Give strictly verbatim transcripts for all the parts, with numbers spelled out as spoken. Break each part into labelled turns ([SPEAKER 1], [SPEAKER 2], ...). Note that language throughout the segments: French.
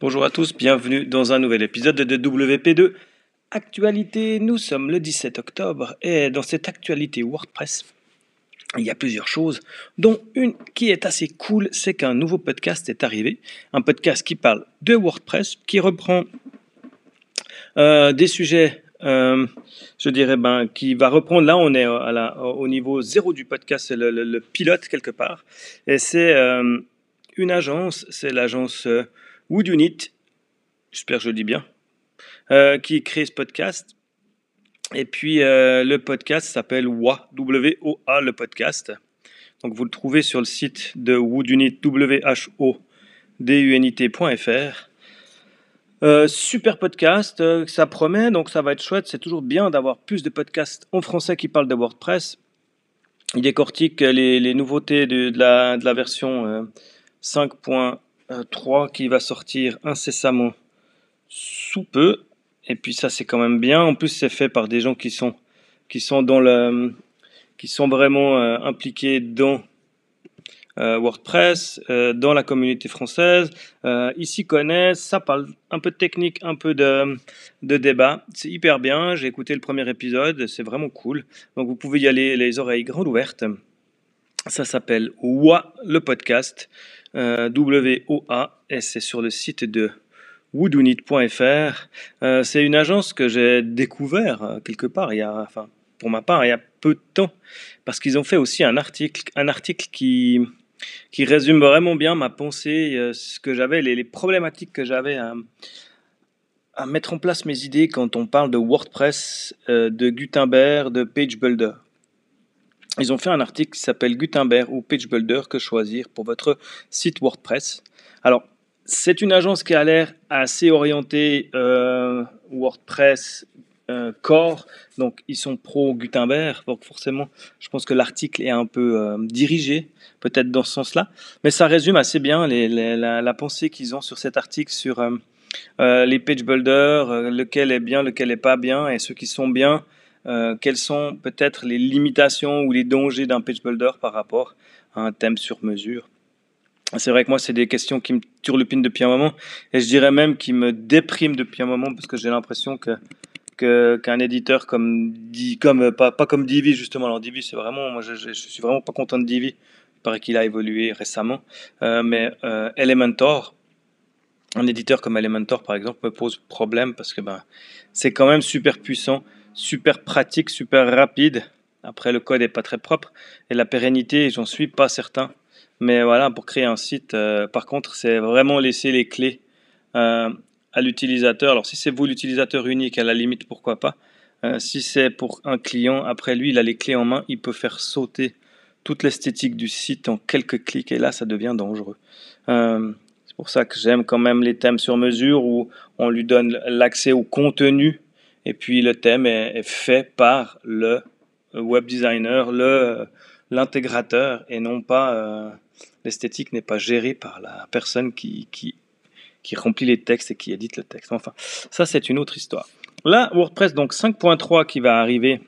[SPEAKER 1] Bonjour à tous, bienvenue dans un nouvel épisode de W P deux Actualité. Nous sommes le dix-sept octobre et dans cette actualité WordPress, il y a plusieurs choses, dont une qui est assez cool, c'est qu'un nouveau podcast est arrivé. Un podcast qui parle de WordPress, qui reprend euh, des sujets, euh, je dirais, ben, qui va reprendre, là on est à la, au niveau zéro du podcast, c'est le, le, le pilote quelque part. Et c'est euh, une agence, c'est l'agence euh, Woodunit, j'espère que je le dis bien, euh, qui crée ce podcast. Et puis euh, le podcast s'appelle W A, W O A, le podcast. Donc vous le trouvez sur le site de Woodunit, W H O D U N I T point F R. Euh, super podcast, euh, ça promet, donc ça va être chouette. C'est toujours bien d'avoir plus de podcasts en français qui parlent de WordPress. Il décortique les, les nouveautés de, de, la, de la version euh, cinq point trois qui va sortir incessamment sous peu. Et puis ça, c'est quand même bien. En plus, c'est fait par des gens qui sont, qui sont, dans le, qui sont vraiment euh, impliqués dans euh, WordPress, euh, dans la communauté française. Euh, ils s'y connaissent, ça parle un peu de technique, un peu de, de débat. C'est hyper bien. J'ai écouté le premier épisode, c'est vraiment cool. Donc vous pouvez y aller les oreilles grandes ouvertes. Ça s'appelle W A, le podcast, euh, W O A, et c'est sur le site de Woodunit point F R. Euh, c'est une agence que j'ai découvert euh, quelque part, il y a, enfin, pour ma part, il y a peu de temps, parce qu'ils ont fait aussi un article, un article qui, qui résume vraiment bien ma pensée, euh, ce que j'avais, les, les problématiques que j'avais à, à mettre en place mes idées quand on parle de WordPress, euh, de Gutenberg, de Page Builder. Ils ont fait un article qui s'appelle Gutenberg ou Page Builder, que choisir pour votre site WordPress. Alors, c'est une agence qui a l'air assez orientée euh, WordPress euh, Core, donc ils sont pro Gutenberg, donc forcément, je pense que l'article est un peu euh, dirigé, peut-être dans ce sens-là, mais ça résume assez bien les, les, la, la pensée qu'ils ont sur cet article, sur euh, euh, les page builders, euh, lequel est bien, lequel est pas bien, et ceux qui sont bien, euh, quelles sont peut-être les limitations ou les dangers d'un page builder par rapport à un thème sur mesure. C'est vrai que moi, c'est des questions qui me turlupinent depuis un moment, et je dirais même qui me dépriment depuis un moment, parce que j'ai l'impression que, que qu'un éditeur comme comme pas pas comme Divi justement. Alors Divi, c'est vraiment, moi, je, je, je suis vraiment pas content de Divi. Il paraît qu'il a évolué récemment, euh, mais euh, Elementor, un éditeur comme Elementor par exemple, me pose problème parce que ben c'est quand même super puissant, super pratique, super rapide. Après, le code est pas très propre et la pérennité, j'en suis pas certain. Mais voilà, pour créer un site, euh, par contre, c'est vraiment laisser les clés euh, à l'utilisateur. Alors, si c'est vous l'utilisateur unique, à la limite, pourquoi pas. Euh, si c'est pour un client, après lui, il a les clés en main, il peut faire sauter toute l'esthétique du site en quelques clics, et là, ça devient dangereux. Euh, c'est pour ça que j'aime quand même les thèmes sur mesure, où on lui donne l'accès au contenu, et puis le thème est, est fait par le web designer, le l'intégrateur, et non pas euh, l'esthétique n'est pas gérée par la personne qui, qui, qui remplit les textes et qui édite le texte. Enfin, ça c'est une autre histoire. Là, WordPress donc cinq point trois qui va arriver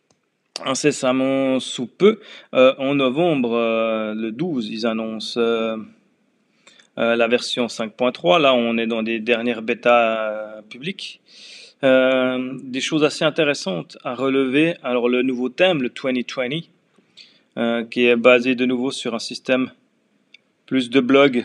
[SPEAKER 1] incessamment sous peu. Euh, en novembre, euh, le douze, ils annoncent euh, euh, la version cinq point trois. Là, on est dans des dernières bêtas euh, publiques. Euh, des choses assez intéressantes à relever. Alors, le nouveau thème, le vingt vingt, Euh, qui est basé de nouveau sur un système plus de blog,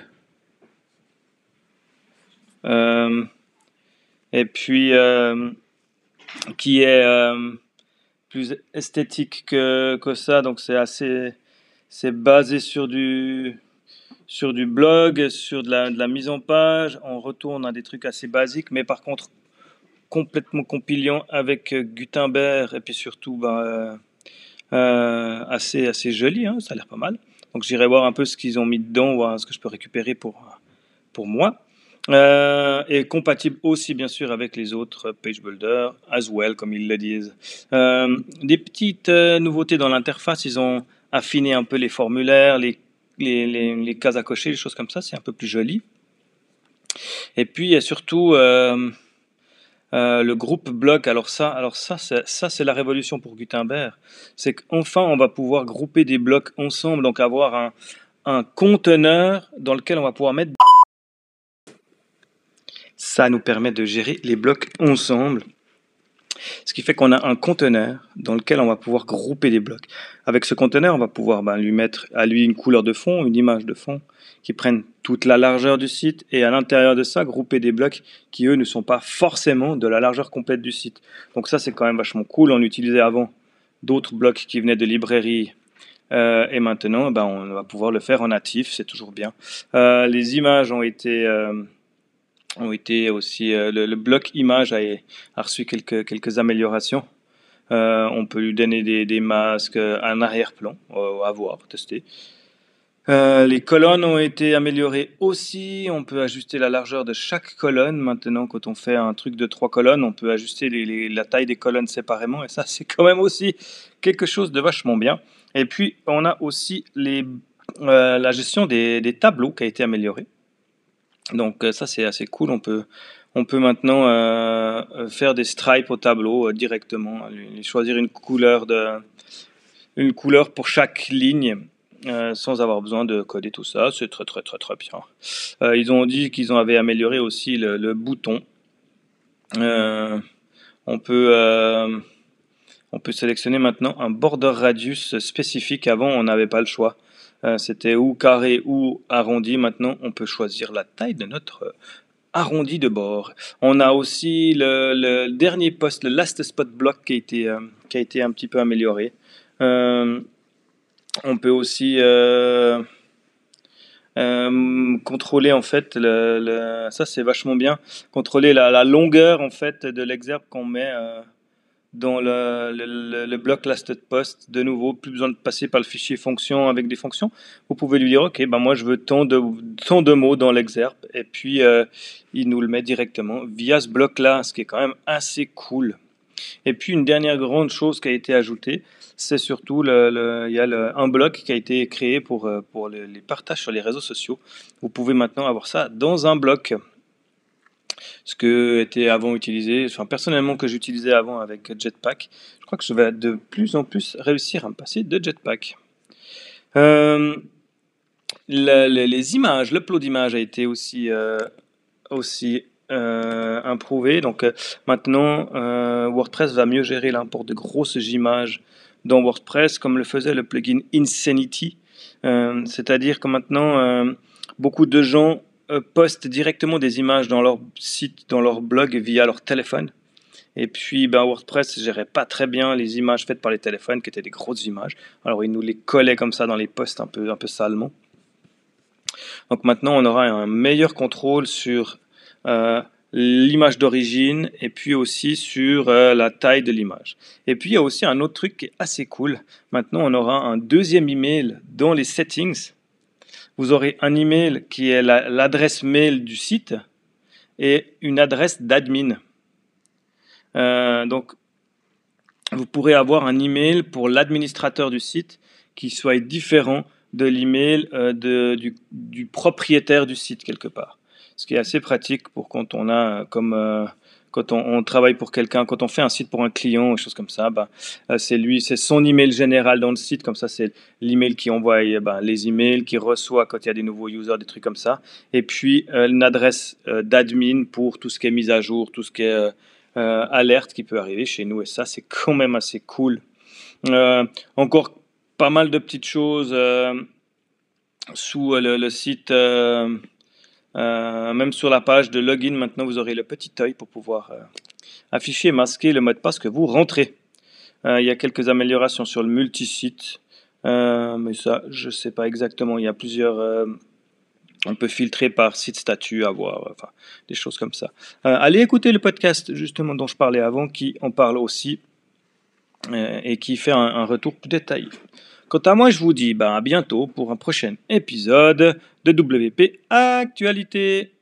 [SPEAKER 1] euh, et puis euh, qui est euh, plus esthétique que, que ça. Donc c'est assez, c'est basé sur du sur du blog, sur de la, de la mise en page. On retourne à des trucs assez basiques, mais par contre complètement compiliant avec Gutenberg, et puis surtout ben, euh, Euh, assez, assez joli, hein, ça a l'air pas mal. Donc j'irai voir un peu ce qu'ils ont mis dedans, voir ce que je peux récupérer pour, pour moi. Euh, et compatible aussi bien sûr avec les autres page builders, as well, comme ils le disent. Euh, des petites euh, nouveautés dans l'interface, ils ont affiné un peu les formulaires, les, les, les, les cases à cocher, les choses comme ça, c'est un peu plus joli. Et puis il y a surtout... Euh, Euh, le groupe bloc, alors ça, alors ça, c'est, ça c'est la révolution pour Gutenberg. C'est qu'enfin on va pouvoir grouper des blocs ensemble, donc avoir un, un conteneur dans lequel on va pouvoir mettre. Ça nous permet de gérer les blocs ensemble. Ce qui fait qu'on a un conteneur dans lequel on va pouvoir grouper des blocs. Avec ce conteneur, on va pouvoir ben, lui mettre à lui une couleur de fond, une image de fond, qui prennent toute la largeur du site, et à l'intérieur de ça, grouper des blocs qui, eux, ne sont pas forcément de la largeur complète du site. Donc ça, c'est quand même vachement cool. On utilisait avant d'autres blocs qui venaient de librairies, euh, et maintenant, ben, on va pouvoir le faire en natif, c'est toujours bien. Euh, les images ont été... Euh, ont été aussi euh, le, le bloc image a, a reçu quelques, quelques améliorations. Euh, on peut lui donner des, des masques, un arrière-plan, euh, à voir, tester. Euh, les colonnes ont été améliorées aussi. On peut ajuster la largeur de chaque colonne. Maintenant, quand on fait un truc de trois colonnes, on peut ajuster les, les, la taille des colonnes séparément. Et ça, c'est quand même aussi quelque chose de vachement bien. Et puis, on a aussi les, euh, la gestion des, des tableaux qui a été améliorée. Donc euh, ça c'est assez cool, on peut, on peut maintenant euh, faire des stripes au tableau euh, directement, choisir une couleur, de, une couleur pour chaque ligne euh, sans avoir besoin de coder tout ça, c'est très très très très bien. Euh, ils ont dit qu'ils avaient amélioré aussi le, le bouton. Euh, on, peut, euh, on peut sélectionner maintenant un border radius spécifique, avant on n'avait pas le choix. Euh, c'était ou carré ou arrondi. Maintenant, on peut choisir la taille de notre euh, arrondi de bord. On a aussi le, le dernier post, le last spot block, qui a été, euh, qui a été un petit peu amélioré. Euh, on peut aussi euh, euh, contrôler en fait, le, le, ça c'est vachement bien, contrôler la, la longueur en fait de l'exerbe qu'on met. Euh, dans le, le, le bloc last post. De nouveau, plus besoin de passer par le fichier fonction avec des fonctions. Vous pouvez lui dire, ok, ben moi je veux tant de, tant de mots dans l'exerbe, et puis euh, il nous le met directement via ce bloc-là, ce qui est quand même assez cool. Et puis une dernière grande chose qui a été ajoutée, c'est surtout le, le, il y a le, un bloc qui a été créé pour, pour les, les partages sur les réseaux sociaux. Vous pouvez maintenant avoir ça dans un bloc. Ce que était avant utilisé, enfin personnellement que j'utilisais avant avec Jetpack. Je crois que je vais de plus en plus réussir à me passer de Jetpack. Euh, le, le, les images, l'upload d'images a été aussi, euh, aussi euh, improuvé. Donc euh, maintenant, euh, WordPress va mieux gérer l'import de grosses images dans WordPress, comme le faisait le plugin Insanity. Euh, c'est-à-dire que maintenant, euh, beaucoup de gens euh, postent directement des images dans leur site, dans leur blog via leur téléphone. Et puis ben, WordPress ne gérait pas très bien les images faites par les téléphones, qui étaient des grosses images. Alors il nous les collait comme ça dans les posts un peu, un peu salement. Donc maintenant on aura un meilleur contrôle sur euh, l'image d'origine, et puis aussi sur euh, la taille de l'image. Et puis il y a aussi un autre truc qui est assez cool. Maintenant on aura un deuxième email dans les settings. Vous aurez un email qui est la, l'adresse mail du site et une adresse d'admin. Euh, donc vous pourrez avoir un email pour l'administrateur du site qui soit différent de l'email euh, de, du, du propriétaire du site quelque part. Ce qui est assez pratique pour quand on a comme euh, quand on, on travaille pour quelqu'un, quand on fait un site pour un client, des choses comme ça, bah, euh, c'est lui, c'est son email général dans le site, comme ça c'est l'email qui envoie bah, les emails, qui reçoit quand il y a des nouveaux users, des trucs comme ça, et puis euh, une adresse euh, d'admin pour tout ce qui est mise à jour, tout ce qui est euh, euh, alerte qui peut arriver chez nous, et ça c'est quand même assez cool. Euh, encore pas mal de petites choses euh, sous le, le site. Euh, Euh, même sur la page de login, maintenant vous aurez le petit œil pour pouvoir euh, afficher et masquer le mot de passe que vous rentrez. Euh, il y a quelques améliorations sur le multisite, euh, mais ça je ne sais pas exactement. Il y a plusieurs, euh, on peut filtrer par site statut, avoir, enfin des choses comme ça. Euh, allez écouter le podcast justement dont je parlais avant, qui en parle aussi euh, et qui fait un, un retour plus détaillé. Quant à moi, je vous dis bah, à bientôt pour un prochain épisode de W P Actualité.